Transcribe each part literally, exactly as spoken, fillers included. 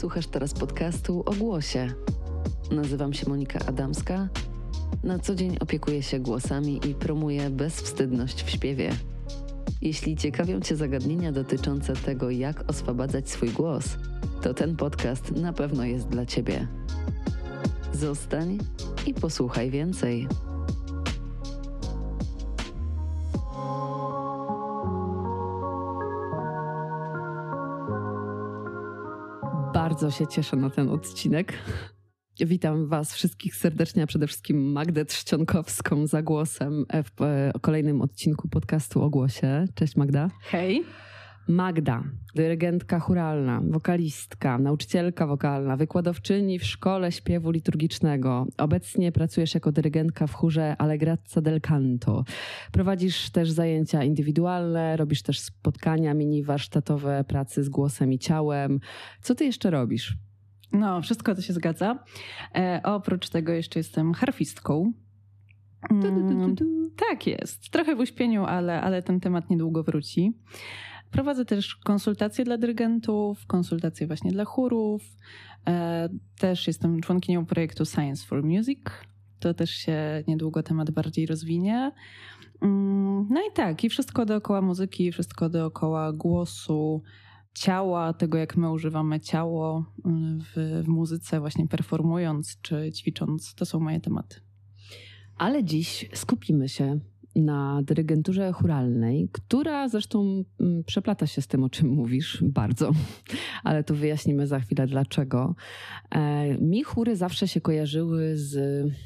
Słuchasz teraz podcastu o głosie. Nazywam się Monika Adamska. Na co dzień opiekuję się głosami i promuję bezwstydność w śpiewie. Jeśli ciekawią Cię zagadnienia dotyczące tego, jak oswabadzać swój głos, to ten podcast na pewno jest dla Ciebie. Zostań i posłuchaj więcej. Bardzo się cieszę na ten odcinek. Witam Was wszystkich serdecznie, a przede wszystkim Magdę Trzcionkowską za głosem w kolejnym odcinku podcastu o głosie. Cześć Magda. Hej. Magda, dyrygentka chóralna, wokalistka, nauczycielka wokalna, wykładowczyni w szkole śpiewu liturgicznego. Obecnie pracujesz jako dyrygentka w chórze Allegrazza del Canto. Prowadzisz też zajęcia indywidualne, robisz też spotkania mini warsztatowe pracy z głosem i ciałem. Co ty jeszcze robisz? No, wszystko to się zgadza. E, oprócz tego jeszcze jestem harfistką. Mm, tu, tu, tu, tu. Tak jest. Trochę w uśpieniu, ale, ale ten temat niedługo wróci. Prowadzę też konsultacje dla dyrygentów, konsultacje właśnie dla chórów. E, też jestem członkinią projektu Science for Music. To też się niedługo temat bardziej rozwinie. Mm, no i tak, i wszystko dookoła muzyki, wszystko dookoła głosu, ciała, tego jak my używamy ciało w, w muzyce, właśnie performując czy ćwicząc. To są moje tematy. Ale dziś skupimy się na dyrygenturze chóralnej, która zresztą przeplata się z tym, o czym mówisz, bardzo. Ale to wyjaśnimy za chwilę dlaczego. E, mi chóry zawsze się kojarzyły z...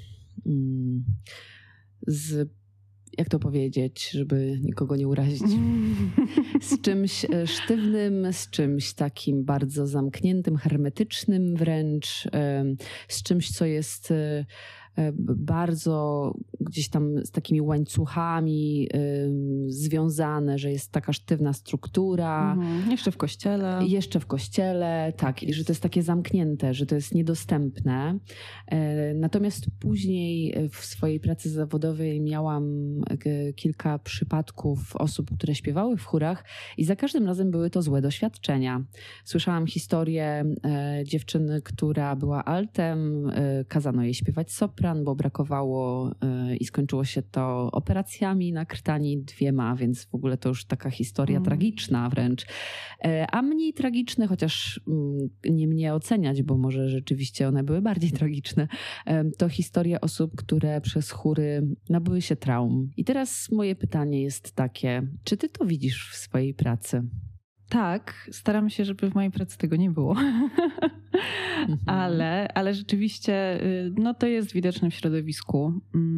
z jak to powiedzieć, żeby nikogo nie urazić, z czymś sztywnym, z czymś takim bardzo zamkniętym, hermetycznym wręcz, z czymś, co jest bardzo gdzieś tam z takimi łańcuchami y, związane, że jest taka sztywna struktura. Mhm. Jeszcze w kościele. Jeszcze w kościele, tak. I że to jest takie zamknięte, że to jest niedostępne. E, natomiast później w swojej pracy zawodowej miałam e, kilka przypadków osób, które śpiewały w chórach i za każdym razem były to złe doświadczenia. Słyszałam historię e, dziewczyny, która była altem, e, kazano jej śpiewać sopran, bo brakowało y, i skończyło się to operacjami na krtani dwiema, więc w ogóle to już taka historia mm. tragiczna wręcz. E, a mniej tragiczne, chociaż y, nie mnie oceniać, bo może rzeczywiście one były bardziej tragiczne, e, to historie osób, które przez chóry nabyły się traum. I teraz moje pytanie jest takie, czy ty to widzisz w swojej pracy? Tak, staram się, żeby w mojej pracy tego nie było. Mhm. ale, ale rzeczywiście no to jest widoczne w środowisku.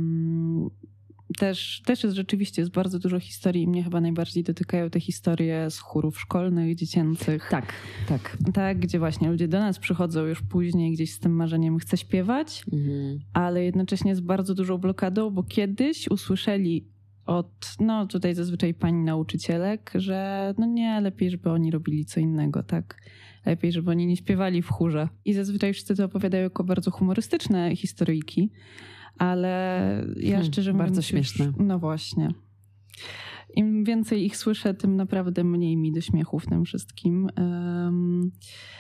Też, też jest rzeczywiście jest bardzo dużo historii i mnie chyba najbardziej dotykają te historie z chórów szkolnych, dziecięcych. Tak, tak. Tak, gdzie właśnie ludzie do nas przychodzą już później gdzieś z tym marzeniem chcę śpiewać, mhm. ale jednocześnie z bardzo dużą blokadą, bo kiedyś usłyszeli od, no tutaj zazwyczaj pani nauczycielek, że no nie, lepiej, żeby oni robili co innego, tak? Lepiej, żeby oni nie śpiewali w chórze. I zazwyczaj wszyscy to opowiadają jako bardzo humorystyczne historyjki, ale ja hmm, szczerze mówiąc... Bardzo śmieszne. Już, no właśnie. Im więcej ich słyszę, tym naprawdę mniej mi do śmiechu w tym wszystkim. Um,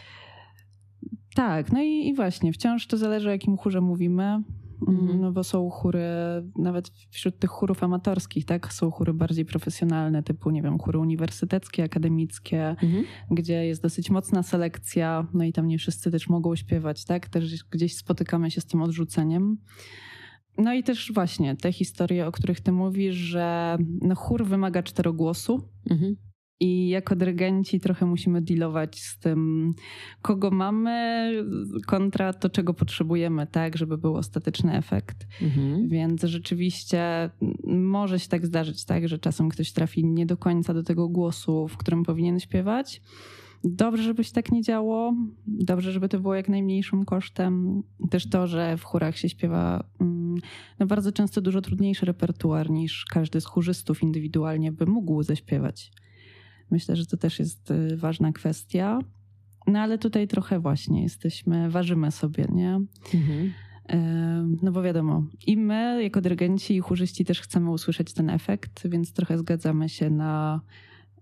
tak, no i, i właśnie, wciąż to zależy, o jakim chórze mówimy. Mhm. No bo są chóry, nawet wśród tych chórów amatorskich, tak, są chóry bardziej profesjonalne, typu, nie wiem, chóry uniwersyteckie, akademickie, mhm. gdzie jest dosyć mocna selekcja, no i tam nie wszyscy też mogą śpiewać, tak, też gdzieś spotykamy się z tym odrzuceniem. No i też właśnie te historie, o których ty mówisz, że no, chór wymaga czterogłosu. Mhm. I jako dyrygenci trochę musimy dealować z tym, kogo mamy kontra to, czego potrzebujemy, tak, żeby był ostateczny efekt. Mhm. Więc rzeczywiście może się tak zdarzyć, tak, że czasem ktoś trafi nie do końca do tego głosu, w którym powinien śpiewać. Dobrze, żeby się tak nie działo. Dobrze, żeby to było jak najmniejszym kosztem. Też to, że w chórach się śpiewa no bardzo często dużo trudniejszy repertuar niż każdy z chórzystów indywidualnie by mógł zaśpiewać. Myślę, że to też jest ważna kwestia. No ale tutaj trochę właśnie jesteśmy, ważymy sobie, nie? Mhm. No bo wiadomo, i my jako dyrygenci i chórzyści też chcemy usłyszeć ten efekt, więc trochę zgadzamy się na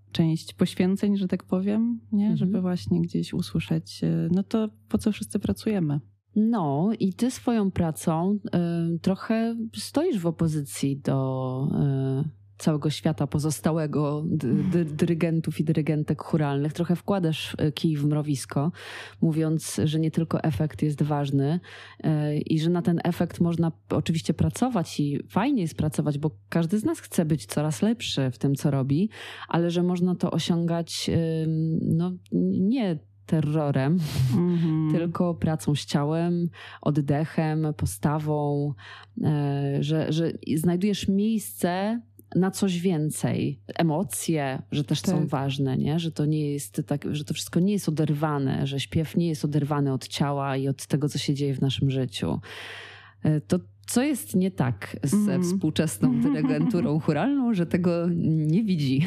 część poświęceń, że tak powiem, nie? Mhm. Żeby właśnie gdzieś usłyszeć, no to po co wszyscy pracujemy. No i ty swoją pracą y, trochę stoisz w opozycji do y, całego świata pozostałego dy, dy, dyrygentów i dyrygentek chóralnych. Trochę wkładasz kij w mrowisko, mówiąc, że nie tylko efekt jest ważny y, i że na ten efekt można oczywiście pracować i fajnie jest pracować, bo każdy z nas chce być coraz lepszy w tym, co robi, ale że można to osiągać y, no nie terrorem, Mm-hmm. tylko pracą z ciałem, oddechem, postawą, że, że znajdujesz miejsce na coś więcej. Emocje, że też tak. są ważne, nie? Że to nie jest tak, że to wszystko nie jest oderwane, że śpiew nie jest oderwany od ciała i od tego, co się dzieje w naszym życiu. To co jest nie tak ze mm. współczesną dyrygenturą chóralną, że tego nie widzi?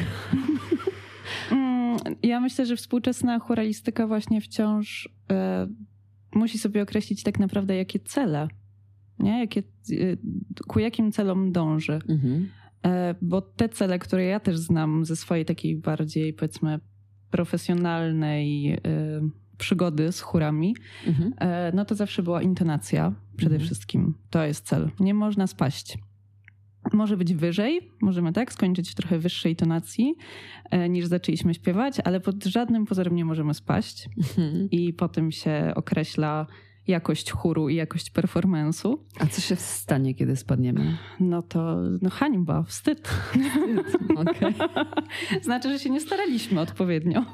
Ja myślę, że współczesna chóralistyka właśnie wciąż e, musi sobie określić tak naprawdę, jakie cele, nie? Jakie, e, ku jakim celom dąży. Mhm. E, bo te cele, które ja też znam ze swojej takiej bardziej, powiedzmy, profesjonalnej e, przygody z chórami, Mhm. e, no to zawsze była intonacja przede Mhm. wszystkim. To jest cel. Nie można spaść. Może być wyżej, możemy tak skończyć w trochę wyższej tonacji e, niż zaczęliśmy śpiewać, ale pod żadnym pozorem nie możemy spaść Mhm. i po tym się określa jakość chóru i jakość performance'u. A co się stanie, kiedy spadniemy? No to no hańba, wstyd. Okay. Znaczy, że się nie staraliśmy odpowiednio.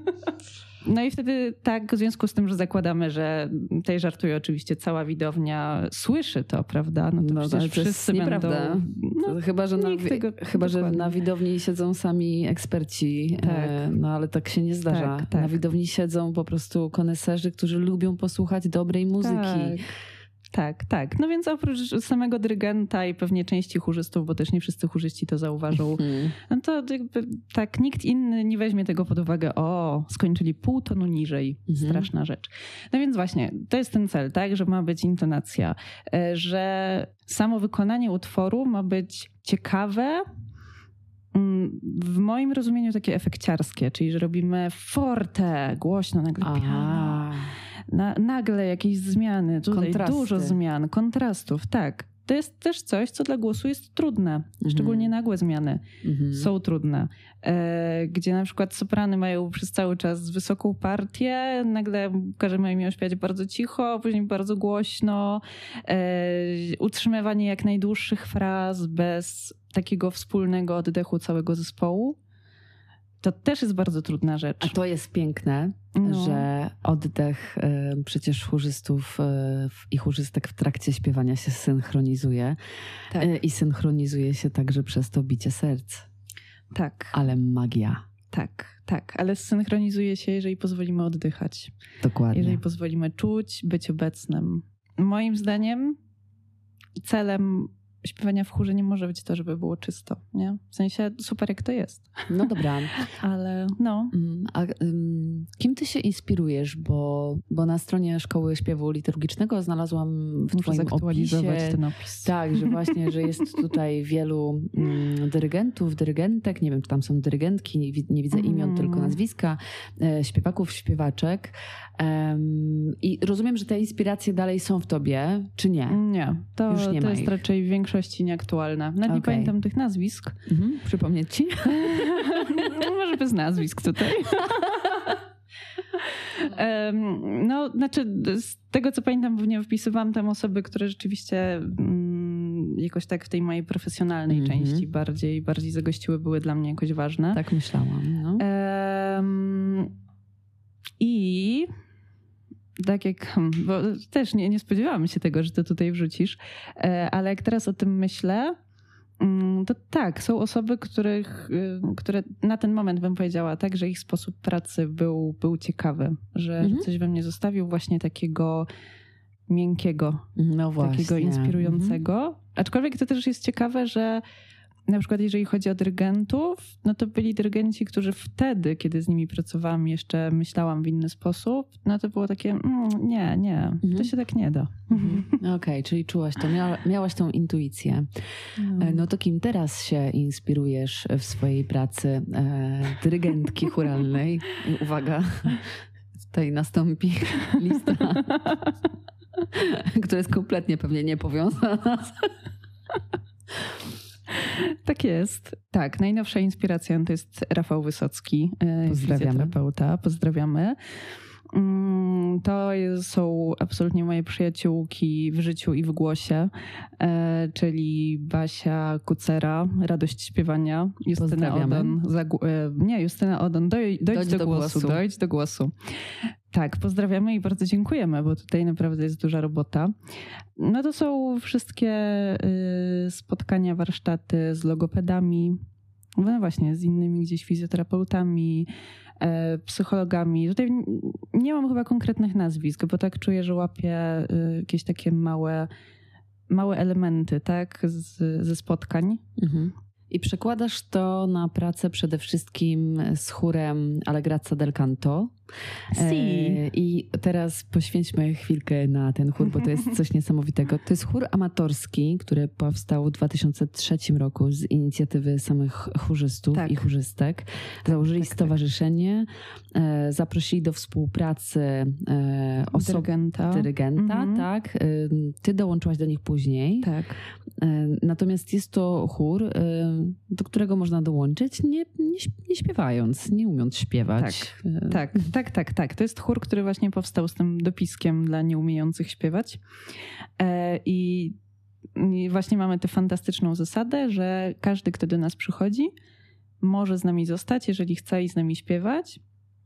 No i wtedy tak, w związku z tym, że zakładamy, że tutaj żartuję oczywiście, cała widownia słyszy to, prawda? No to No, przecież ale to wszyscy jest będą... nieprawda. No, chyba, że na, nikt tego- chyba, że dokładnie. na widowni siedzą sami eksperci, Tak. e, no ale tak się nie zdarza. Tak, tak. Na widowni siedzą po prostu koneserzy, którzy lubią posłuchać dobrej muzyki. Tak. Tak, tak. No więc oprócz samego dyrygenta i pewnie części chórzystów, bo też nie wszyscy chórzyści to zauważą, Hmm. no to jakby tak nikt inny nie weźmie tego pod uwagę. O, skończyli pół tonu niżej. Mhm. Straszna rzecz. No więc właśnie, to jest ten cel, tak, że ma być intonacja, e, że samo wykonanie utworu ma być ciekawe, mm, w moim rozumieniu takie efekciarskie, czyli że robimy forte, głośno, nagle piano. Na, nagle jakieś zmiany, tutaj Kontrasty. dużo zmian, kontrastów, tak. To jest też coś, co dla głosu jest trudne. Mhm. Szczególnie nagłe zmiany Mhm. są trudne. E, gdzie na przykład soprany mają przez cały czas wysoką partię, nagle każemy im ją śpiewać bardzo cicho, później bardzo głośno. E, utrzymywanie jak najdłuższych fraz bez takiego wspólnego oddechu całego zespołu. To też jest bardzo trudna rzecz. A to jest piękne, No. że oddech y, przecież chórzystów y, i chórzystek w trakcie śpiewania się synchronizuje. Tak. Y, I synchronizuje się także przez to bicie serc. Tak. Ale magia. Tak, tak, ale zsynchronizuje się, jeżeli pozwolimy oddychać. Dokładnie. Jeżeli pozwolimy czuć, być obecnym. Moim zdaniem celem śpiewania w chórze nie może być to, żeby było czysto, nie? W sensie super jak to jest. No dobra. Ale no. Mm, A ym, kim ty się inspirujesz? Bo, bo na stronie Szkoły Śpiewu Liturgicznego znalazłam w Muszę twoim zaktualizować opisie... ten opis. Tak, że właśnie, że jest tutaj wielu mm, dyrygentów, dyrygentek, nie wiem, czy tam są dyrygentki, nie, wi- nie widzę imion, Mm. tylko nazwiska, e, śpiewaków, śpiewaczek. Em, I rozumiem, że te inspiracje dalej są w tobie, czy nie? Nie, to, Już nie to ma jest ich. raczej w większości nieaktualne. Nawet nie Okej. pamiętam tych nazwisk. Mhm. Przypomnieć ci? Może bez nazwisk tutaj. Em, no, znaczy z tego co pamiętam, pewnie wpisywałam tam osoby, które rzeczywiście mm, jakoś tak w tej mojej profesjonalnej Mhm. części bardziej, bardziej zagościły, były dla mnie jakoś ważne. Tak myślałam. No. Em, I tak jak, hmm, bo też nie, nie spodziewałam się tego, że to tutaj wrzucisz, e, ale jak teraz o tym myślę, mm, to tak, są osoby, których, y, które na ten moment bym powiedziała tak, że ich sposób pracy był, był ciekawy, że, Mhm. że coś we mnie zostawił właśnie takiego miękkiego, No właśnie. takiego inspirującego. Aczkolwiek to też jest ciekawe, że na przykład jeżeli chodzi o dyrygentów, no to byli dyrygenci, którzy wtedy, kiedy z nimi pracowałam, jeszcze myślałam w inny sposób, no to było takie, mm, nie, nie, mhm. to się tak nie da. Mhm. Okej, okay, czyli czułaś to, miała, miałaś tą intuicję. No. no to kim teraz się inspirujesz w swojej pracy e, dyrygentki chóralnej? I uwaga, tutaj nastąpi lista, która jest kompletnie pewnie niepowiązana. Tak jest. Tak, najnowsza inspiracja to jest Rafał Wysocki, fizjoterapeuta. Pozdrawiamy. To są absolutnie moje przyjaciółki w życiu i w głosie, czyli Basia Kucera, Radość Śpiewania, Justyna Odon. Nie, Justyna Odon, doj, dojdź, dojdź do, do głosu, głosu. Dojdź do głosu. Tak, pozdrawiamy i bardzo dziękujemy, bo tutaj naprawdę jest duża robota. No to są wszystkie spotkania, warsztaty z logopedami, no właśnie, z innymi gdzieś fizjoterapeutami, psychologami. Tutaj nie mam chyba konkretnych nazwisk, bo tak czuję, że łapię jakieś takie małe, małe elementy, tak, z, ze spotkań. Mhm. I przekładasz to na pracę przede wszystkim z chórem Allegrezza del Canto. Si. I teraz poświęćmy chwilkę na ten chór, bo to jest coś niesamowitego. To jest chór amatorski, który powstał w dwa tysiące trzecim roku z inicjatywy samych chórzystów tak. i chórzystek. Założyli tak, tak, stowarzyszenie, tak. zaprosili do współpracy osob... dyrygenta. dyrygenta mhm. tak. Ty dołączyłaś do nich później. Tak. Natomiast jest to chór, do którego można dołączyć nie, nie, nie śpiewając, nie umiejąc śpiewać. Tak, tak, tak, tak, tak. To jest chór, który właśnie powstał z tym dopiskiem dla nieumiejących śpiewać. I właśnie mamy tę fantastyczną zasadę, że każdy, kto do nas przychodzi, może z nami zostać, jeżeli chce i z nami śpiewać.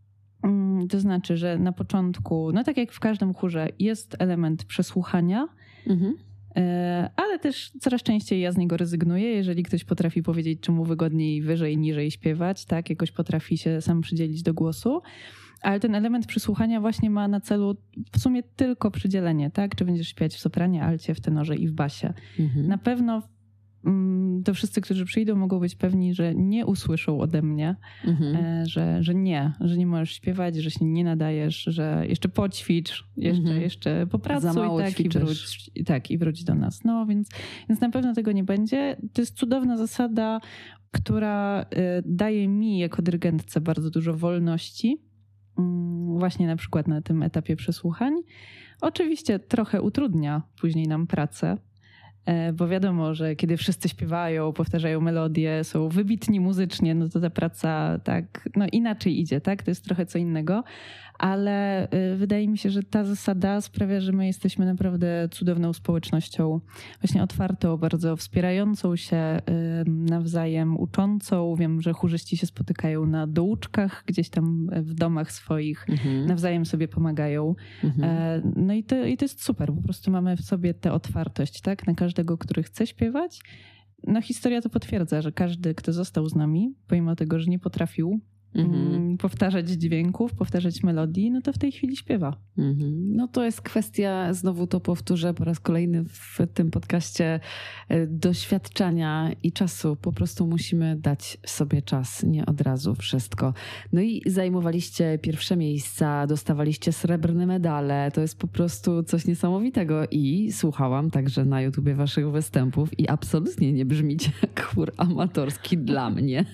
To znaczy, że na początku, no tak jak w każdym chórze, jest element przesłuchania, mhm. ale też coraz częściej ja z niego rezygnuję, jeżeli ktoś potrafi powiedzieć, czy mu wygodniej wyżej, niżej śpiewać, tak, jakoś potrafi się sam przydzielić do głosu. Ale ten element przysłuchania właśnie ma na celu w sumie tylko przydzielenie, tak? Czy będziesz śpiewać w sopranie, alcie, w tenorze i w basie. Mhm. Na pewno mm, to wszyscy, którzy przyjdą, mogą być pewni, że nie usłyszą ode mnie, mhm. e, że, że nie, że nie możesz śpiewać, że się nie nadajesz, że jeszcze poćwicz, jeszcze, mhm. jeszcze popracuj tak i, wróć, tak i wróć do nas. No więc, więc na pewno tego nie będzie. To jest cudowna zasada, która e, daje mi jako dyrygentce bardzo dużo wolności. Właśnie na przykład na tym etapie przesłuchań. Oczywiście trochę utrudnia później nam pracę, bo wiadomo, że kiedy wszyscy śpiewają, powtarzają melodie, są wybitni muzycznie, no to ta praca tak no inaczej idzie, tak? To jest trochę co innego, ale wydaje mi się, że ta zasada sprawia, że my jesteśmy naprawdę cudowną społecznością, właśnie otwartą, bardzo wspierającą się nawzajem, uczącą. Wiem, że chórzyści się spotykają na douczkach, gdzieś tam w domach swoich, mhm. nawzajem sobie pomagają. Mhm. No i to, i to jest super, po prostu mamy w sobie tę otwartość, tak? Na każdego, który chce śpiewać. No historia to potwierdza, że każdy, kto został z nami, pomimo tego, że nie potrafił Mhm. powtarzać dźwięków, powtarzać melodii, no to w tej chwili śpiewa. Mhm. No to jest kwestia, znowu to powtórzę po raz kolejny w tym podcaście, doświadczenia i czasu. Po prostu musimy dać sobie czas, nie od razu wszystko. No i zajmowaliście pierwsze miejsca, dostawaliście srebrne medale. To jest po prostu coś niesamowitego i słuchałam także na YouTubie waszych występów i absolutnie nie brzmicie jak chór amatorski dla mnie.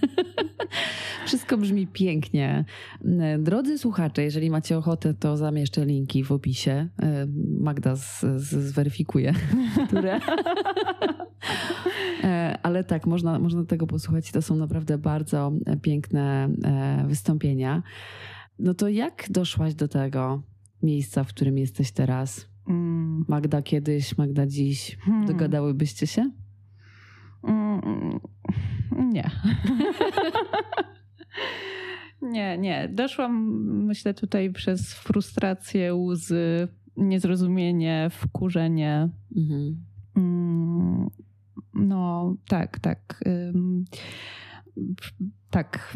Wszystko brzmi pięknie. Drodzy słuchacze, jeżeli macie ochotę, to zamieszczę linki w opisie. Magda z, z, zweryfikuje, które... Ale tak, można, można tego posłuchać. To są naprawdę bardzo piękne wystąpienia. No to jak doszłaś do tego miejsca, w którym jesteś teraz? Magda kiedyś, Magda dziś. Hmm. Dogadałybyście się? Mm, nie. Nie, nie. Doszłam, myślę, tutaj przez frustrację, łzy, niezrozumienie, wkurzenie. Mhm. No, tak, tak. Tak.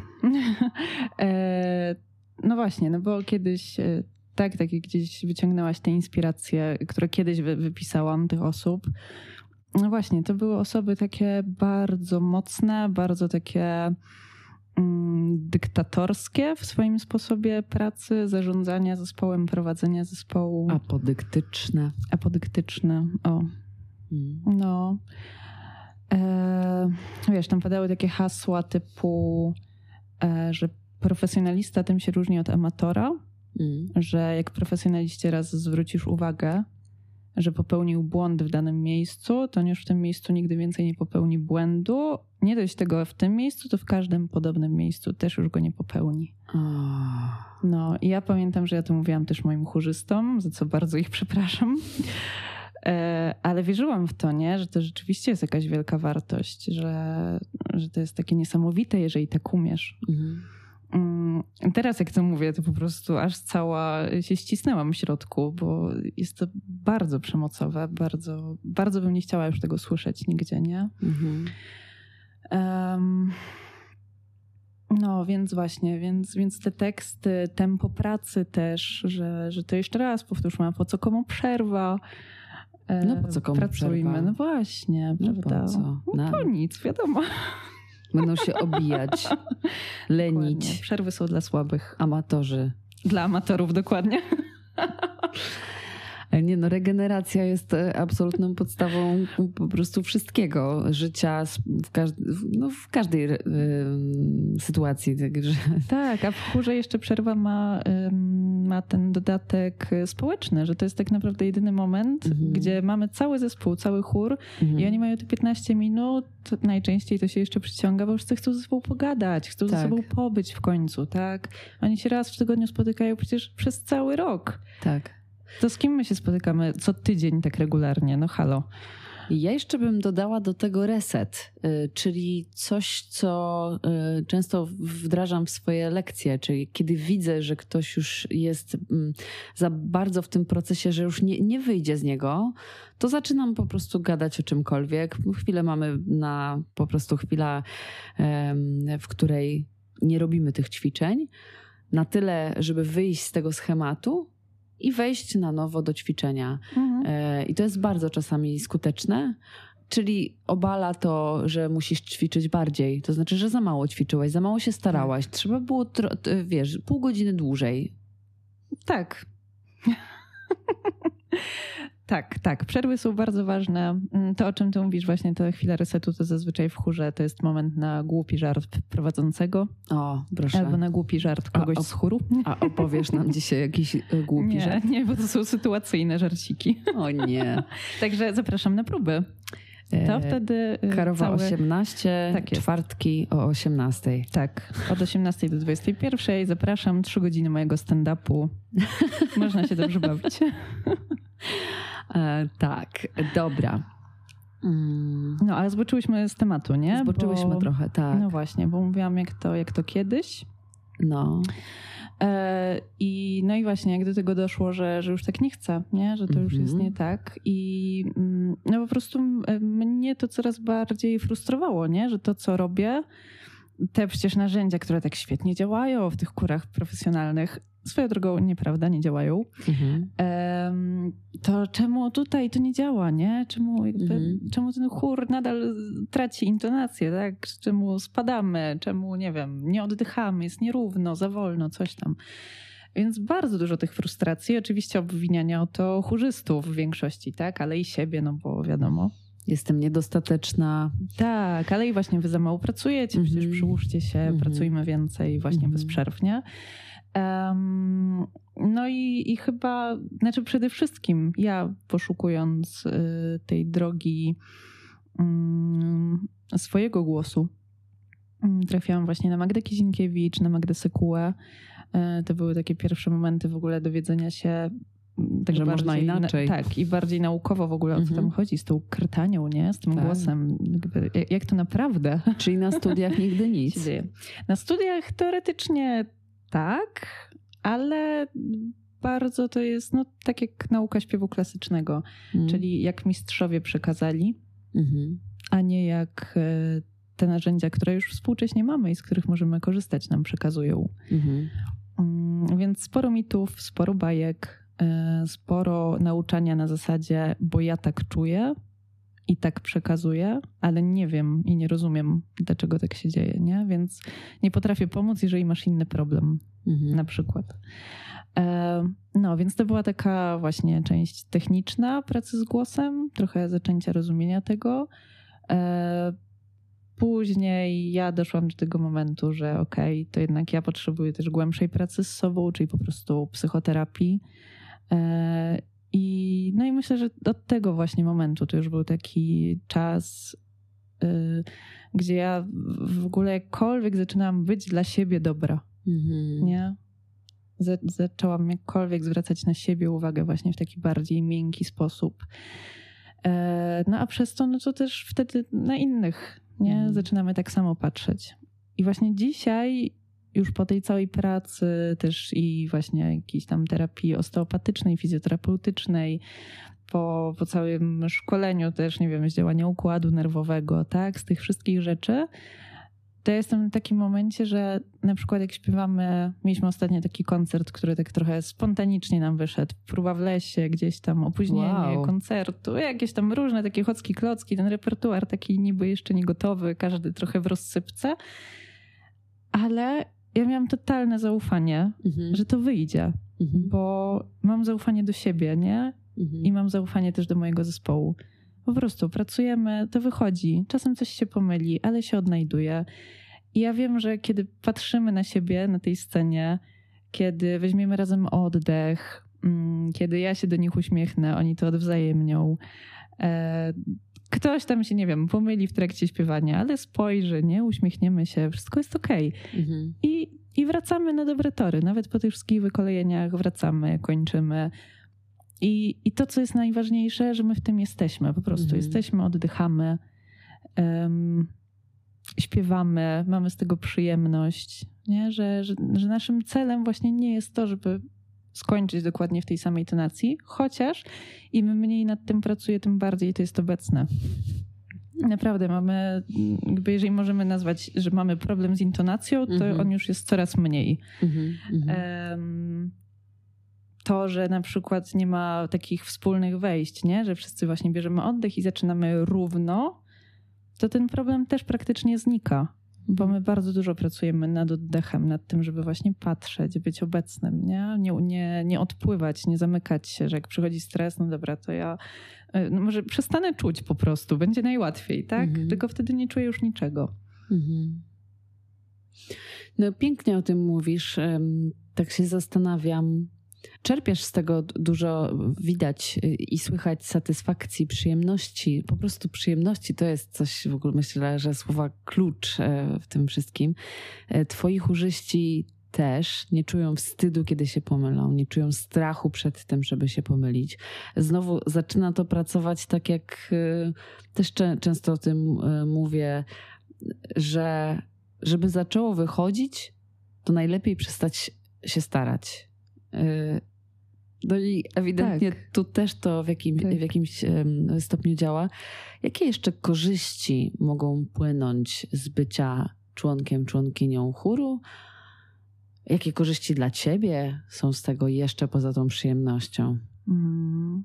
No właśnie, no bo kiedyś, tak, tak jak gdzieś wyciągnęłaś te inspiracje, które kiedyś wypisałam tych osób, No właśnie, to były osoby takie bardzo mocne, bardzo takie mm, dyktatorskie w swoim sposobie pracy, zarządzania zespołem, prowadzenia zespołu. Apodyktyczne. Apodyktyczne, o. Mm. No. E, wiesz, tam padały takie hasła typu, e, że profesjonalista tym się różni od amatora, Mm. że jak profesjonaliście raz zwrócisz uwagę, że popełnił błąd w danym miejscu, to już w tym miejscu nigdy więcej nie popełni błędu. Nie dość tego w tym miejscu, to w każdym podobnym miejscu też już go nie popełni. Oh. No i ja pamiętam, że ja to mówiłam też moim chórzystom, za co bardzo ich przepraszam. E, ale wierzyłam w to, nie? Że to rzeczywiście jest jakaś wielka wartość, że, że to jest takie niesamowite, jeżeli tak umiesz. Mhm. Teraz jak to mówię, to po prostu aż cała się ścisnęłam w środku, bo jest to bardzo przemocowe, bardzo, bardzo bym nie chciała już tego słyszeć nigdzie, nie? Mhm. Um, no więc właśnie, więc, więc te teksty, tempo pracy też, że, że to jeszcze raz powtórzmy, a po co komu przerwa? No po co komu Pracujmy, przerwa? no właśnie, No prawda? po co? No, Na- po nic, wiadomo. Będą się obijać, lenić. Dokładnie. Przerwy są dla słabych. Amatorzy. Dla amatorów, dokładnie. Nie no, regeneracja jest absolutną podstawą po prostu wszystkiego. Życia w, każdy, no w każdej y, sytuacji. Także. Tak, a w chórze jeszcze przerwa ma, ym, ma ten dodatek społeczny, że to jest tak naprawdę jedyny moment, Mhm. gdzie mamy cały zespół, cały chór Mhm. i oni mają te piętnaście minut, najczęściej to się jeszcze przyciąga, bo już chcą ze sobą pogadać, chcą Tak. ze sobą pobyć w końcu, tak? Oni się raz w tygodniu spotykają przecież przez cały rok. Tak. To z kim my się spotykamy co tydzień tak regularnie? No halo. Ja jeszcze bym dodała do tego reset, y, czyli coś, co y, często wdrażam w swoje lekcje, czyli kiedy widzę, że ktoś już jest mm, za bardzo w tym procesie, że już nie, nie wyjdzie z niego, to zaczynam po prostu gadać o czymkolwiek. Chwilę mamy na po prostu chwila, em, w której nie robimy tych ćwiczeń, na tyle, żeby wyjść z tego schematu i wejść na nowo do ćwiczenia. Mhm. E, I to jest bardzo czasami skuteczne, czyli obala to, że musisz ćwiczyć bardziej. To znaczy, że za mało ćwiczyłaś, za mało się starałaś. Trzeba było, tro- t- wiesz, pół godziny dłużej. Tak. Tak, tak. Przerwy są bardzo ważne. To, o czym ty mówisz, właśnie ta chwila resetu, to zazwyczaj w chórze to jest moment na głupi żart prowadzącego O, proszę. albo na głupi żart kogoś A, op- z chóru. A opowiesz nam dzisiaj jakiś e, głupi Nie, żart? nie, bo to są sytuacyjne żarciki. O nie. Także zapraszam na próby. To E, wtedy y, Karowa całe... osiemnaście, Tak jest. czwartki o osiemnastej. Tak, od osiemnastej do dwudziestej pierwszej zapraszam. Trzy godziny mojego stand-upu. Można się dobrze bawić. E, tak, dobra. Mm, No, ale zboczyłyśmy z tematu, nie? zboczyłyśmy Bo... trochę, tak. No właśnie, bo mówiłam jak to, jak to kiedyś. No. E, I no i właśnie, jak do tego doszło, że, że już tak nie chcę, nie? Że to już Mhm. jest nie tak. I mm, no po prostu m- mnie to coraz bardziej frustrowało, nie? Że to, co robię, te przecież narzędzia, które tak świetnie działają w tych kurach profesjonalnych, swoją drogą nieprawda, nie działają. Mhm. Em, to czemu tutaj to nie działa, nie? Czemu, jakby, Mhm. czemu ten chór nadal traci intonację, tak? Czemu spadamy, czemu, nie wiem, nie oddychamy, jest nierówno, za wolno, coś tam. Więc bardzo dużo tych frustracji, oczywiście obwiniania o to chórzystów w większości, tak? Ale i siebie, no bo wiadomo. Jestem niedostateczna. Tak, ale i właśnie wy za mało pracujecie, Mhm. przecież przyłóżcie się, Mhm. pracujmy więcej właśnie Mhm. bez przerw, nie? Um, no i, i chyba, znaczy przede wszystkim ja poszukując y, tej drogi y, swojego głosu, y, trafiłam właśnie na Magdę Kizinkiewicz, na Magdę Sekułę. Y, to były takie pierwsze momenty w ogóle dowiedzenia się, tak Że można bardziej inaczej. Na, tak, i bardziej naukowo w ogóle o co Mhm. tam chodzi, z tą krtanią, nie? Z tym Tak. głosem. Jakby, jak, jak to naprawdę Czyli na studiach nigdy się nic. dzieje. Na studiach teoretycznie tak, ale bardzo to jest no, tak jak nauka śpiewu klasycznego, Mm. czyli jak mistrzowie przekazali, Mhm. a nie jak e, te narzędzia, które już współcześnie mamy i z których możemy korzystać, nam przekazują. Mhm. Mm, Więc sporo mitów, sporo bajek, e, sporo nauczania na zasadzie, bo ja tak czuję i tak przekazuję, ale nie wiem i nie rozumiem, dlaczego tak się dzieje, nie? Więc nie potrafię pomóc, jeżeli masz inny problem, mhm. na przykład. E, no, więc to była taka właśnie część techniczna pracy z głosem, trochę zaczęcia rozumienia tego. E, później ja doszłam do tego momentu, że okej, okay, to jednak ja potrzebuję też głębszej pracy z sobą, czyli po prostu psychoterapii. E, I, no i myślę, że od tego właśnie momentu to już był taki czas, y, gdzie ja w ogóle jakkolwiek zaczynałam być dla siebie dobra. Mhm. Nie? Za, zaczęłam jakkolwiek zwracać na siebie uwagę właśnie w taki bardziej miękki sposób. E, no a przez to, no to też wtedy na innych, nie? Mhm. Zaczynamy tak samo patrzeć. I właśnie dzisiaj już po tej całej pracy też i właśnie jakiejś tam terapii osteopatycznej, fizjoterapeutycznej, po, po całym szkoleniu też, nie wiem, z działania układu nerwowego, tak, z tych wszystkich rzeczy, to ja jestem w takim momencie, że na przykład jak śpiewamy, mieliśmy ostatnio taki koncert, który tak trochę spontanicznie nam wyszedł, próba w lesie, gdzieś tam opóźnienie wow. koncertu, jakieś tam różne takie chocki klocki, ten repertuar taki niby jeszcze nie gotowy, każdy trochę w rozsypce, ale ja miałam totalne zaufanie, mhm. że to wyjdzie, mhm. bo mam zaufanie do siebie, nie? Mhm. I mam zaufanie też do mojego zespołu. Po prostu pracujemy, to wychodzi. Czasem coś się pomyli, ale się odnajduje. I ja wiem, że kiedy patrzymy na siebie na tej scenie, kiedy weźmiemy razem oddech, kiedy ja się do nich uśmiechnę, oni to odwzajemnią. Ktoś tam się, nie wiem, pomyli w trakcie śpiewania, ale spojrzy, nie? Uśmiechniemy się, wszystko jest okej. Mhm. I, I wracamy na dobre tory. Nawet po tych wszystkich wykolejeniach wracamy, kończymy. I, I to, co jest najważniejsze, że my w tym jesteśmy. Po prostu mhm. jesteśmy, oddychamy, um, śpiewamy, mamy z tego przyjemność. Nie? Że, że, że naszym celem właśnie nie jest to, żeby skończyć dokładnie w tej samej tonacji, chociaż im mniej nad tym pracuję, tym bardziej to jest obecne. Naprawdę mamy, jakby jeżeli możemy nazwać, że mamy problem z intonacją, to mm-hmm. on już jest coraz mniej. Mm-hmm. Um, to, że na przykład nie ma takich wspólnych wejść, nie? Że wszyscy właśnie bierzemy oddech i zaczynamy równo, to ten problem też praktycznie znika. Bo my bardzo dużo pracujemy nad oddechem, nad tym, żeby właśnie patrzeć, być obecnym, nie? Nie, nie, nie odpływać, nie zamykać się, że jak przychodzi stres, no dobra, to ja no może przestanę czuć po prostu, będzie najłatwiej, tak? Mhm. Tylko wtedy nie czuję już niczego. Mhm. No pięknie o tym mówisz, tak się zastanawiam. Czerpiesz z tego dużo, widać i słychać satysfakcji, przyjemności. Po prostu przyjemności to jest coś, w ogóle myślę, że słowa klucz w tym wszystkim. Twoi chórzyści też nie czują wstydu, kiedy się pomylą, nie czują strachu przed tym, żeby się pomylić. Znowu zaczyna to pracować tak, jak też często o tym mówię, że żeby zaczęło wychodzić, to najlepiej przestać się starać. No i ewidentnie tak. tu też to w, jakim, tak. w jakimś stopniu działa. Jakie jeszcze korzyści mogą płynąć z bycia członkiem, członkinią chóru? Jakie korzyści dla ciebie są z tego jeszcze poza tą przyjemnością? Mm.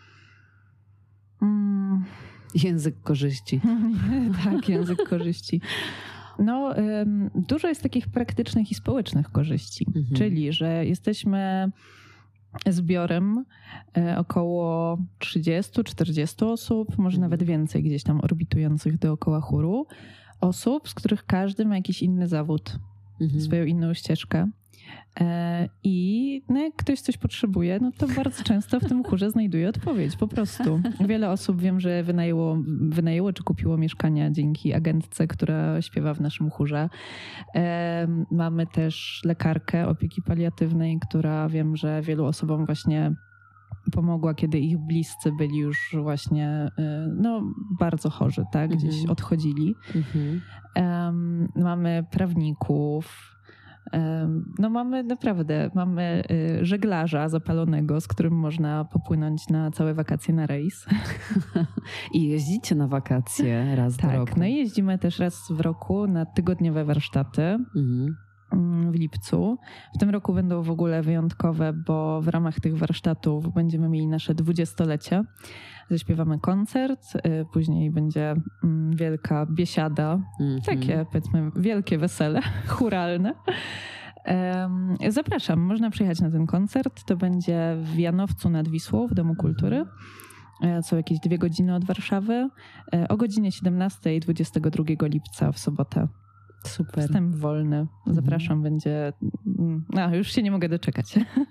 Mm. Język korzyści. Tak, język korzyści. No, um, dużo jest takich praktycznych i społecznych korzyści, mhm. czyli, że jesteśmy zbiorem e, około trzydziestu czterdziestu osób, może mhm. nawet więcej gdzieś tam orbitujących dookoła chóru, osób, z których każdy ma jakiś inny zawód, mhm. swoją inną ścieżkę. E, I no jak ktoś coś potrzebuje, no to bardzo często w tym chórze znajduje odpowiedź, po prostu. Wiele osób wiem, że wynajęło, wynajęło czy kupiło mieszkania dzięki agentce, która śpiewa w naszym chórze. E, mamy też lekarkę opieki paliatywnej, która wiem, że wielu osobom właśnie pomogła, kiedy ich bliscy byli już właśnie no, bardzo chorzy, tak? Gdzieś mhm. odchodzili. Mhm. Um, mamy prawników. No mamy naprawdę, mamy żeglarza zapalonego, z którym można popłynąć na całe wakacje na rejs. I jeździcie na wakacje raz tak, do roku. Tak, no i jeździmy też raz w roku na tygodniowe warsztaty. Mhm. w lipcu. W tym roku będą w ogóle wyjątkowe, bo w ramach tych warsztatów będziemy mieli nasze dwudziestolecie. Zaśpiewamy koncert, później będzie wielka biesiada, mm-hmm. takie powiedzmy wielkie wesele chóralne. Zapraszam, można przyjechać na ten koncert. To będzie w Janowcu nad Wisłą w Domu Kultury. Są jakieś dwie godziny od Warszawy. O godzinie siedemnastej dwudziestego drugiego lipca w sobotę. Super. Wstęp wolny. Zapraszam, mhm. będzie... No, już się nie mogę doczekać.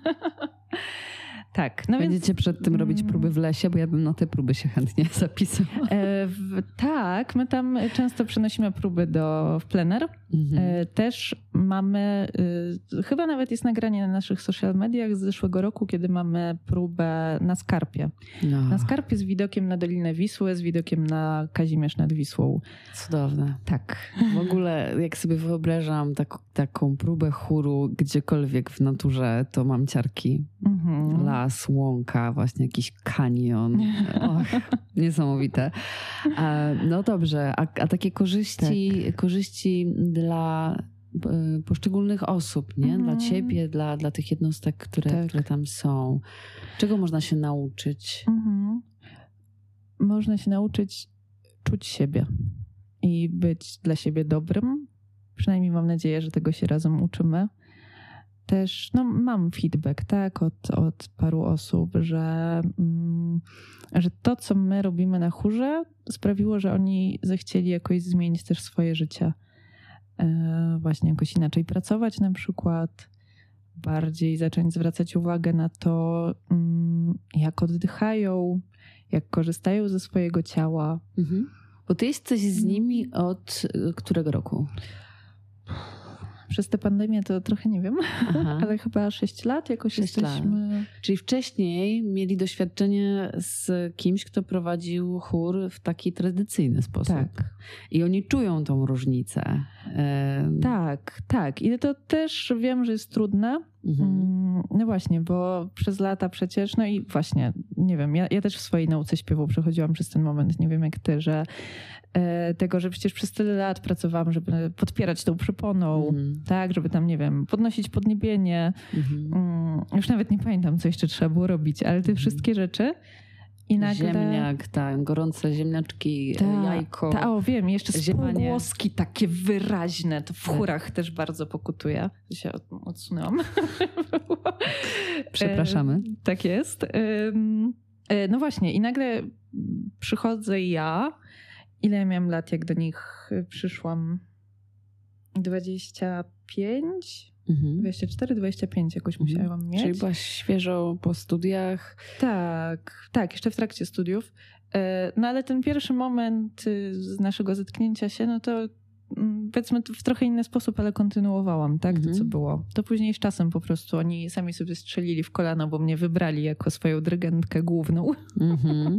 Tak. No Będziecie więc... przed tym robić próby w lesie, bo ja bym na te próby się chętnie zapisała. E, w, tak, my tam często przenosimy próby do, w plener. Mhm. E, też mamy, e, chyba nawet jest nagranie na naszych social mediach z zeszłego roku, kiedy mamy próbę na Skarpie. No. Na Skarpie z widokiem na Dolinę Wisły, z widokiem na Kazimierz nad Wisłą. Cudowne. Tak. W ogóle jak sobie wyobrażam tak, taką próbę chóru gdziekolwiek w naturze, to mam ciarki. Mhm. Las, łąka, właśnie jakiś kanion. Och, niesamowite. No dobrze, a, a takie korzyści, tak. korzyści dla poszczególnych osób, nie? Dla ciebie, dla, dla tych jednostek, które, tak. które tam są. Czego można się nauczyć? Mhm. Można się nauczyć czuć siebie i być dla siebie dobrym. Przynajmniej mam nadzieję, że tego się razem uczymy. Też no, mam feedback, tak, od, od paru osób, że, mm, że to, co my robimy na chórze, sprawiło, że oni zechcieli jakoś zmienić też swoje życie. E, właśnie jakoś inaczej pracować na przykład, bardziej zacząć zwracać uwagę na to, mm, jak oddychają, jak korzystają ze swojego ciała. Mhm. Bo ty jesteś z nimi od którego roku? Przez tę pandemię to trochę nie wiem, Aha. ale chyba sześć lat jakoś sześć jesteśmy. Lat. Czyli wcześniej mieli doświadczenie z kimś, kto prowadził chór w taki tradycyjny sposób. Tak. I oni czują tą różnicę. E... Tak, tak. I to też wiem, że jest trudne. Mhm. No właśnie, bo przez lata przecież, no i właśnie, nie wiem, ja, ja też w swojej nauce śpiewu przechodziłam przez ten moment, nie wiem jak ty, że e, tego, że przecież przez tyle lat pracowałam, żeby podpierać tą przyponą, mhm. tak, żeby tam, nie wiem, podnosić podniebienie. Mhm. Mm, już nawet nie pamiętam, co jeszcze trzeba było robić, ale te mhm. wszystkie rzeczy. I nagle... Ziemniak, tak, gorące ziemniaczki, ta, jajko. Ta, o wiem, jeszcze spółgłoski takie wyraźne, to w chórach tak. też bardzo pokutuje. To się odsunęłam. Przepraszamy. E, tak jest. E, no właśnie i nagle przychodzę ja, ile ja miałam lat, jak do nich przyszłam? dwadzieścia pięć? Mhm. dwadzieścia cztery, dwadzieścia pięć jakoś mhm. musiałam mieć. Czyli byłaś świeżo po studiach? Tak, tak, jeszcze w trakcie studiów. No ale ten pierwszy moment z naszego zetknięcia się, no to powiedzmy w trochę inny sposób, ale kontynuowałam, tak, mhm. to co było. To później z czasem po prostu oni sami sobie strzelili w kolano, bo mnie wybrali jako swoją dyrygentkę główną. Mhm.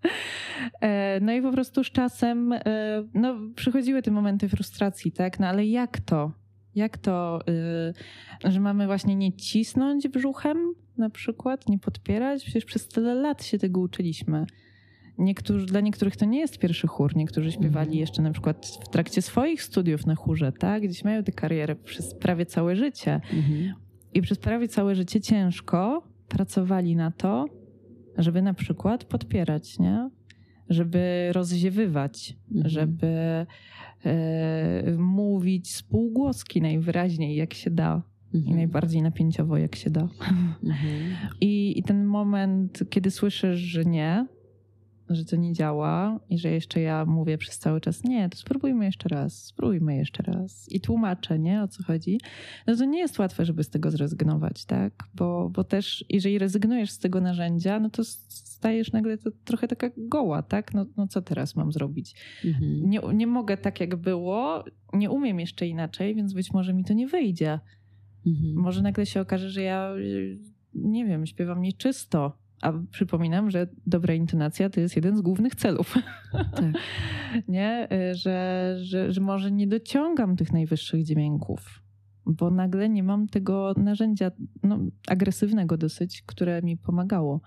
No i po prostu z czasem no, przychodziły te momenty frustracji, tak, no ale jak to? Jak to, yy, że mamy właśnie nie cisnąć brzuchem na przykład, nie podpierać? Przecież przez tyle lat się tego uczyliśmy. Niektórzy, dla niektórych to nie jest pierwszy chór. Niektórzy śpiewali mm. jeszcze na przykład w trakcie swoich studiów na chórze, tak? Gdzieś mają tę karierę przez prawie całe życie. Mm-hmm. I przez prawie całe życie ciężko pracowali na to, żeby na przykład podpierać, nie? Żeby rozziewywać, mm-hmm. żeby e, mówić spółgłoski najwyraźniej jak się da mm-hmm. i najbardziej napięciowo jak się da. Mm-hmm. I, I ten moment, kiedy słyszysz, że nie, że to nie działa i że jeszcze ja mówię przez cały czas nie, to spróbujmy jeszcze raz, spróbujmy jeszcze raz i tłumaczę, nie, o co chodzi, no to nie jest łatwe, żeby z tego zrezygnować, tak, bo, bo też jeżeli rezygnujesz z tego narzędzia, no to stajesz nagle to trochę taka goła, tak, no, no co teraz mam zrobić? Mhm. Nie, nie mogę tak jak było, nie umiem jeszcze inaczej, więc być może mi to nie wyjdzie. Mhm. Może nagle się okaże, że ja nie wiem, śpiewam nieczysto. A przypominam, że dobra intonacja to jest jeden z głównych celów. Tak. Nie? Że, że, że może nie dociągam tych najwyższych dźwięków, bo nagle nie mam tego narzędzia no, agresywnego dosyć, które mi pomagało.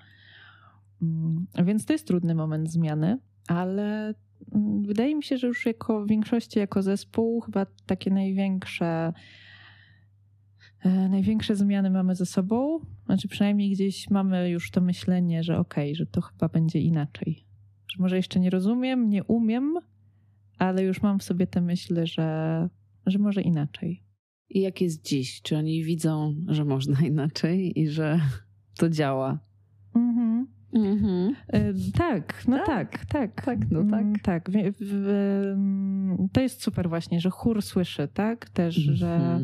Więc to jest trudny moment zmiany, ale wydaje mi się, że już jako w większości jako zespół chyba takie największe e, największe zmiany mamy ze sobą. Znaczy przynajmniej gdzieś mamy już to myślenie, że okej, okay, że to chyba będzie inaczej. Że może jeszcze nie rozumiem, nie umiem, ale już mam w sobie te myśli, że, że może inaczej. I jak jest dziś? Czy oni widzą, że można inaczej i że to działa? Mhm. Mhm. E, tak, no tak, tak. Tak, tak no tak. Mm, tak. W, w, to jest super właśnie, że chór słyszy, tak? Też, Mhm. że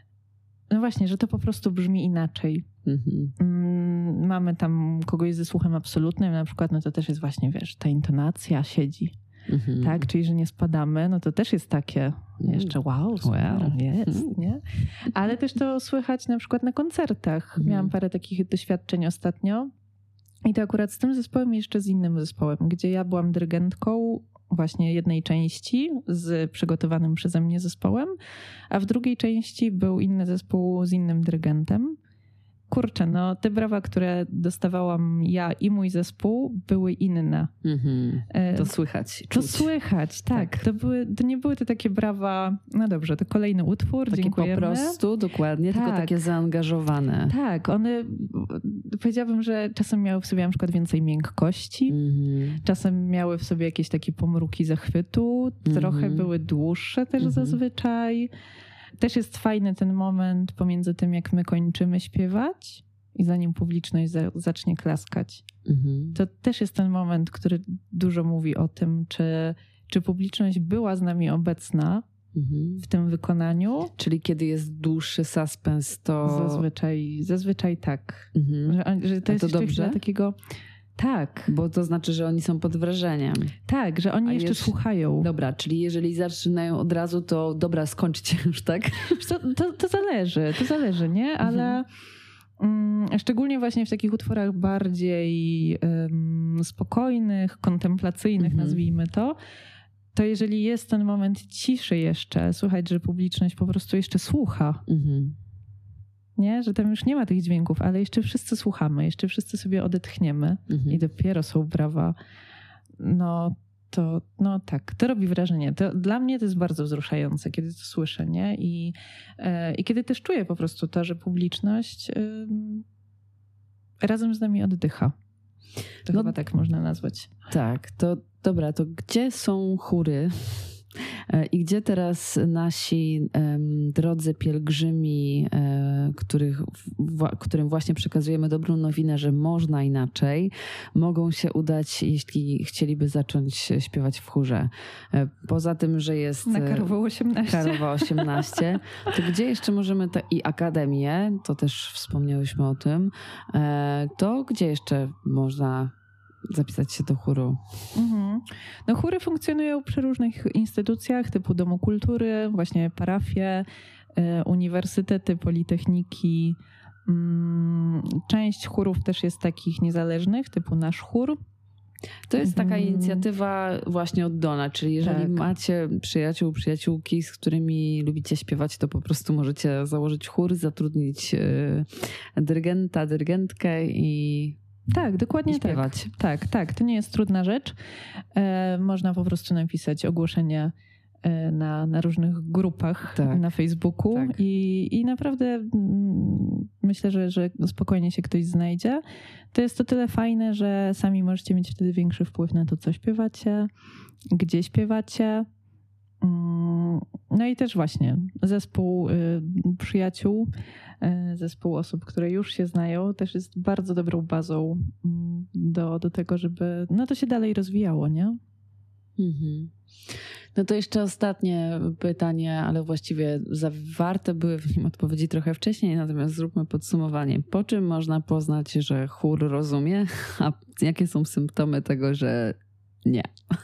no właśnie, że to po prostu brzmi inaczej. Mhm. Mm, mamy tam kogoś ze słuchem absolutnym na przykład, no to też jest właśnie, wiesz, ta intonacja siedzi. Mhm. Tak, czyli że nie spadamy, no to też jest takie jeszcze wow, super, Wow. jest, nie? Ale też to słychać na przykład na koncertach. Mhm. Miałam parę takich doświadczeń ostatnio i to akurat z tym zespołem i jeszcze z innym zespołem, gdzie ja byłam dyrygentką właśnie jednej części z przygotowanym przeze mnie zespołem, a w drugiej części był inny zespół z innym dyrygentem. Kurczę, no te brawa, które dostawałam ja i mój zespół, były inne. Mhm. To słychać. To czuć. słychać, tak. Tak. To, były, to nie były to takie brawa, no dobrze, to kolejny utwór, Takie dziękujemy. po prostu, dokładnie, Tak. tylko takie zaangażowane. Tak, one, powiedziałabym, że czasem miały w sobie na przykład więcej miękkości, Mhm. czasem miały w sobie jakieś takie pomruki zachwytu, trochę Mhm. były dłuższe też Mhm. zazwyczaj. Też jest fajny ten moment pomiędzy tym, jak my kończymy śpiewać i zanim publiczność za, zacznie klaskać. Mhm. To też jest ten moment, który dużo mówi o tym, czy, czy publiczność była z nami obecna Mhm. w tym wykonaniu. Czyli kiedy jest dłuższy suspens, to... Zazwyczaj, zazwyczaj tak. Mhm. Że, że to A jest to jeszcze dobrze? chwila takiego... Tak, Bo to znaczy, że oni są pod wrażeniem. tak, że oni A jeszcze jeszcze- słuchają. Dobra, czyli jeżeli zaczynają od razu, to dobra, skończcie już, tak? To, to, to zależy, to zależy, nie? Ale mm, szczególnie właśnie w takich utworach bardziej em, spokojnych, kontemplacyjnych, Mhm. nazwijmy to, to jeżeli jest ten moment ciszy jeszcze, słychać, że publiczność po prostu jeszcze słucha, Mhm. nie? Że tam już nie ma tych dźwięków, ale jeszcze wszyscy słuchamy, jeszcze wszyscy sobie odetchniemy Mhm. i dopiero są brawa. No to, no tak, to robi wrażenie. To, dla mnie to jest bardzo wzruszające, kiedy to słyszę, nie? I, e, i kiedy też czuję po prostu to, że publiczność ym, razem z nami oddycha. To No- chyba tak można nazwać. Tak, to dobra, to gdzie są chóry e, i gdzie teraz nasi em, drodzy pielgrzymi, e, których, w, którym właśnie przekazujemy dobrą nowinę, że można inaczej, mogą się udać, jeśli chcieliby zacząć śpiewać w chórze? E, poza tym, że jest... Na e, Karowo osiemnaście. Karowa osiemnaście. To gdzie jeszcze możemy, te, i akademię, to też wspomniałyśmy o tym, e, to gdzie jeszcze można zapisać się do chóru? Mhm. No chóry funkcjonują przy różnych instytucjach typu Domu Kultury, właśnie parafie, y, uniwersytety, politechniki. Mm, Część chórów też jest takich niezależnych, typu Nasz Chór. To jest taka Mhm. inicjatywa właśnie od Dona, czyli jeżeli Tak. macie przyjaciół, przyjaciółki, z którymi lubicie śpiewać, to po prostu możecie założyć chór, zatrudnić e, dyrygenta, dyrygentkę i, Tak, dokładnie i tak. śpiewać. Tak, tak, to nie jest trudna rzecz. E, można po prostu napisać ogłoszenie e, na, na różnych grupach Tak. na Facebooku Tak. i, i naprawdę mm, myślę, że, że spokojnie się ktoś znajdzie. To jest to tyle fajne, że sami możecie mieć wtedy większy wpływ na to, co śpiewacie, gdzie śpiewacie. Mm, No i też właśnie zespół y, przyjaciół, y, zespół osób, które już się znają, też jest bardzo dobrą bazą mm, do, do tego, żeby no to się dalej rozwijało, nie? Mhm. No to jeszcze ostatnie pytanie, ale właściwie zawarte były w nim odpowiedzi trochę wcześniej, natomiast zróbmy podsumowanie. Po czym można poznać, że chór rozumie, a jakie są symptomy tego, że nie?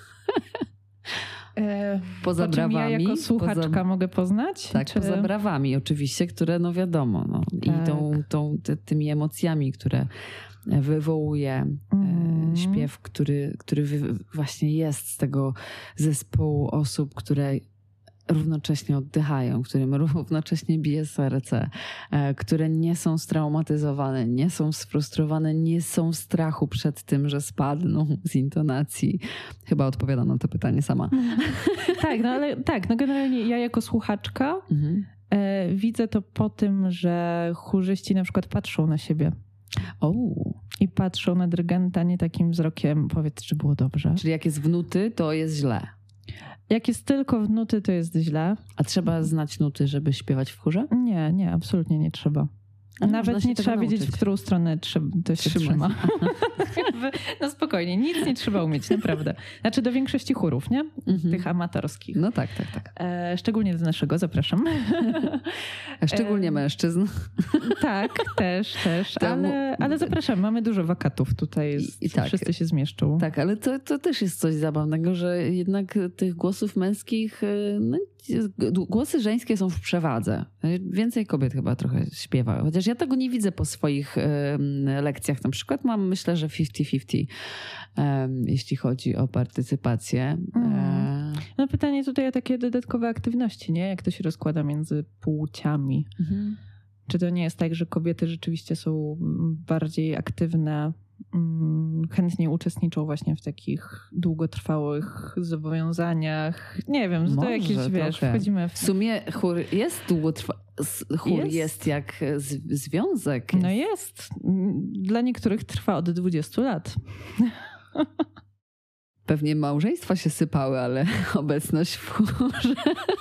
E, Poza po czym brawami. ja jako słuchaczka poza, mogę poznać? tak, czy... poza brawami oczywiście, które no wiadomo, no, Tak. i tą, tą, ty, tymi emocjami, które wywołuje Mhm. e, śpiew, który, który wy, właśnie jest z tego zespołu osób, które równocześnie oddychają, którym równocześnie bije serce, e, które nie są straumatyzowane, nie są sfrustrowane, nie są w strachu przed tym, że spadną z intonacji. Chyba odpowiadam na to pytanie sama. Tak, no ale tak, no generalnie ja jako słuchaczka Mhm. E, widzę to po tym, że chórzyści na przykład patrzą na siebie. O. I patrzą na dyrygenta nie takim wzrokiem, powiedz, czy było dobrze. Czyli jak jest w nuty, to jest źle. Jak jest tylko w nuty, to jest źle. A trzeba znać nuty, żeby śpiewać w chórze? Nie, nie, absolutnie nie trzeba. A Nawet nie trzeba wiedzieć, nauczyć. w którą stronę trzeba, to się Trzymać. trzyma. No spokojnie, nic nie trzeba umieć, naprawdę. Znaczy do większości chórów, nie? Mhm. Tych amatorskich. No tak, tak, tak. E, szczególnie do naszego, zapraszam. A szczególnie E, mężczyzn. Tak, też, też. To mu- Ale, ale zapraszam, mamy dużo wakatów tutaj. Jest, I- i tak. Wszyscy się zmieszczą. Tak, ale to, to też jest coś zabawnego, że jednak tych głosów męskich, y, no, głosy żeńskie są w przewadze. Więcej kobiet chyba trochę śpiewa. Chociaż ja tego nie widzę po swoich y, lekcjach. Na przykład mam, myślę, że pięćdziesiąt pięćdziesiąt, y, jeśli chodzi o partycypację. Mhm. E, No pytanie tutaj o takie dodatkowe aktywności, nie? Jak to się rozkłada między płciami? mhm. Czy to nie jest tak, że kobiety rzeczywiście są bardziej aktywne, mm, chętnie uczestniczą właśnie w takich długotrwałych zobowiązaniach? Nie wiem, to Może jakieś, wiesz, trochę. wchodzimy w... W sumie chór jest długotrwały. Chór jest. Jest. jak z, związek. No jest. Dla niektórych trwa od dwudziestu lat. Pewnie małżeństwa się sypały, ale obecność w chórze.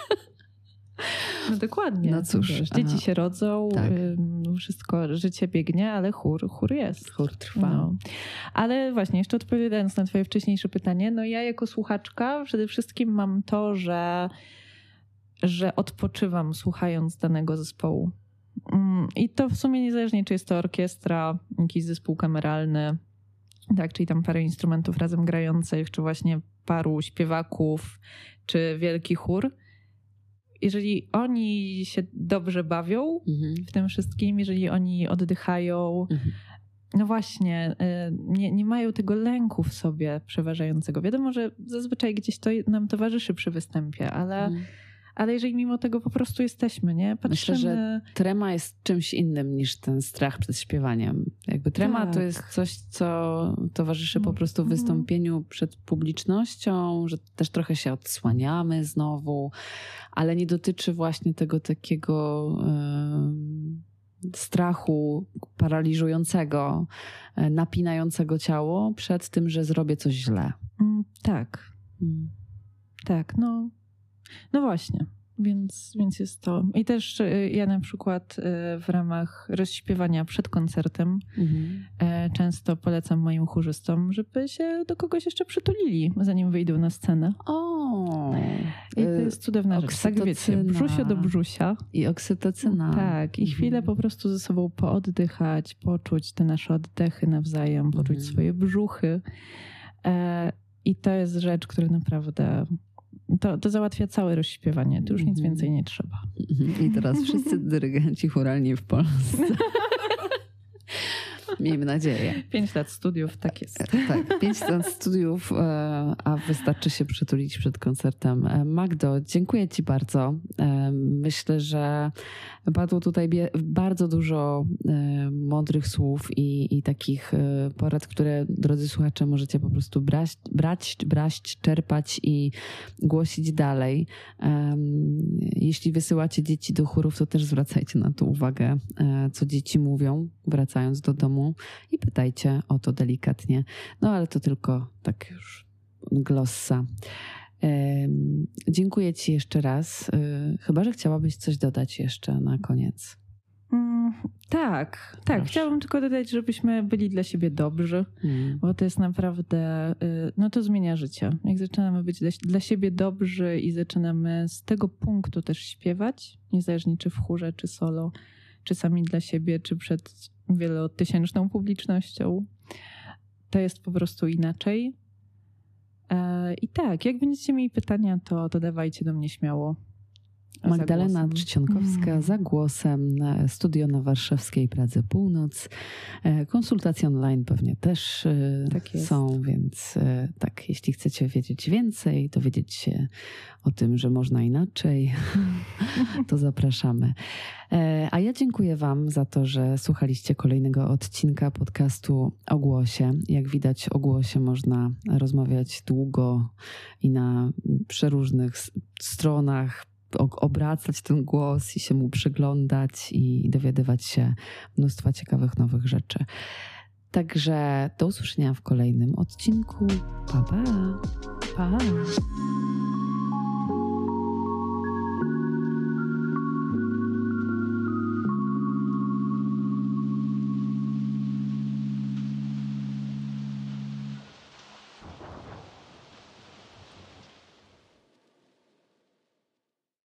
No dokładnie. No cóż, Wiesz, a- dzieci się rodzą, tak. ym, wszystko, życie biegnie, ale chór, chór jest. Chór trwa. No. Ale właśnie, jeszcze odpowiadając na twoje wcześniejsze pytanie, no ja jako słuchaczka przede wszystkim mam to, że, że odpoczywam słuchając danego zespołu. Mm, I to w sumie niezależnie, czy jest to orkiestra, jakiś zespół kameralny, tak, czyli tam parę instrumentów razem grających, czy właśnie paru śpiewaków, czy wielki chór. Jeżeli oni się dobrze bawią Mhm. w tym wszystkim, jeżeli oni oddychają, Mhm. no właśnie, y, nie, nie mają tego lęku w sobie przeważającego. Wiadomo, że zazwyczaj gdzieś to nam towarzyszy przy występie, ale, Mhm. ale jeżeli mimo tego po prostu jesteśmy, nie? Patrzymy... Myślę, że trema jest czymś innym niż ten strach przed śpiewaniem. Jakby trema Tak. to jest coś, co towarzyszy po prostu Mhm. wystąpieniu przed publicznością, że też trochę się odsłaniamy znowu, ale nie dotyczy właśnie tego takiego em, strachu paraliżującego, e, napinającego ciało przed tym, że zrobię coś źle. Mm, Tak, Mm. tak, no, no właśnie. Więc, więc jest to. I też y, ja na przykład y, w ramach rozśpiewania przed koncertem Mhm. e, często polecam moim chórzystom, żeby się do kogoś jeszcze przytulili, zanim wyjdą na scenę. O, I to y, jest cudowna rzecz. Tak wiecie, oksytocyna. brzusio do brzusia. i oksytocyna. Tak, i chwilę Mhm. po prostu ze sobą pooddychać, poczuć te nasze oddechy nawzajem, poczuć Mhm. swoje brzuchy. E, I to jest rzecz, która naprawdę... To, to załatwia całe rozśpiewanie. Tu już nic Mhm. więcej nie trzeba. I teraz wszyscy dyrygenci chóralni w Polsce. Miejmy nadzieję. Pięć lat studiów, tak jest. Tak, pięć lat studiów, e, a wystarczy się przytulić przed koncertem. E, Magdo, dziękuję Ci bardzo. E, Myślę, że padło tutaj bie- bardzo dużo e, mądrych słów i, i takich e, porad, które, drodzy słuchacze, możecie po prostu brać, brać, brać, czerpać i głosić dalej. E, Jeśli wysyłacie dzieci do chórów, to też zwracajcie na to uwagę, e, co dzieci mówią, wracając do domu. I pytajcie o to delikatnie. No ale to tylko tak już glossa. Ym, dziękuję Ci jeszcze raz. Yy, chyba, że chciałabyś coś dodać jeszcze na koniec. Mm, tak, tak. Proszę. Chciałabym tylko dodać, żebyśmy byli dla siebie dobrzy, Mm. bo to jest naprawdę, y, no to zmienia życie. Jak zaczynamy być dla, dla siebie dobrzy i zaczynamy z tego punktu też śpiewać, niezależnie czy w chórze, czy solo, czy sami dla siebie, czy przed wielotysięczną publicznością, to jest po prostu inaczej. E, I tak, jak będziecie mieli pytania, to, to dawajcie do mnie śmiało. Za Magdalena głosem. Trzcionkowska Mm. za głosem, e, studio na Warszawskiej Pradze Północ. E, Konsultacje online pewnie też e, Tak jest. są, więc e, tak, jeśli chcecie wiedzieć więcej, dowiedzieć się o tym, że można inaczej, to zapraszamy. E, A ja dziękuję Wam za to, że słuchaliście kolejnego odcinka podcastu o głosie. Jak widać, o głosie można rozmawiać długo i na przeróżnych s- stronach, obracać ten głos i się mu przyglądać i dowiadywać się mnóstwa ciekawych nowych rzeczy. Także do usłyszenia w kolejnym odcinku. Pa, pa! Pa!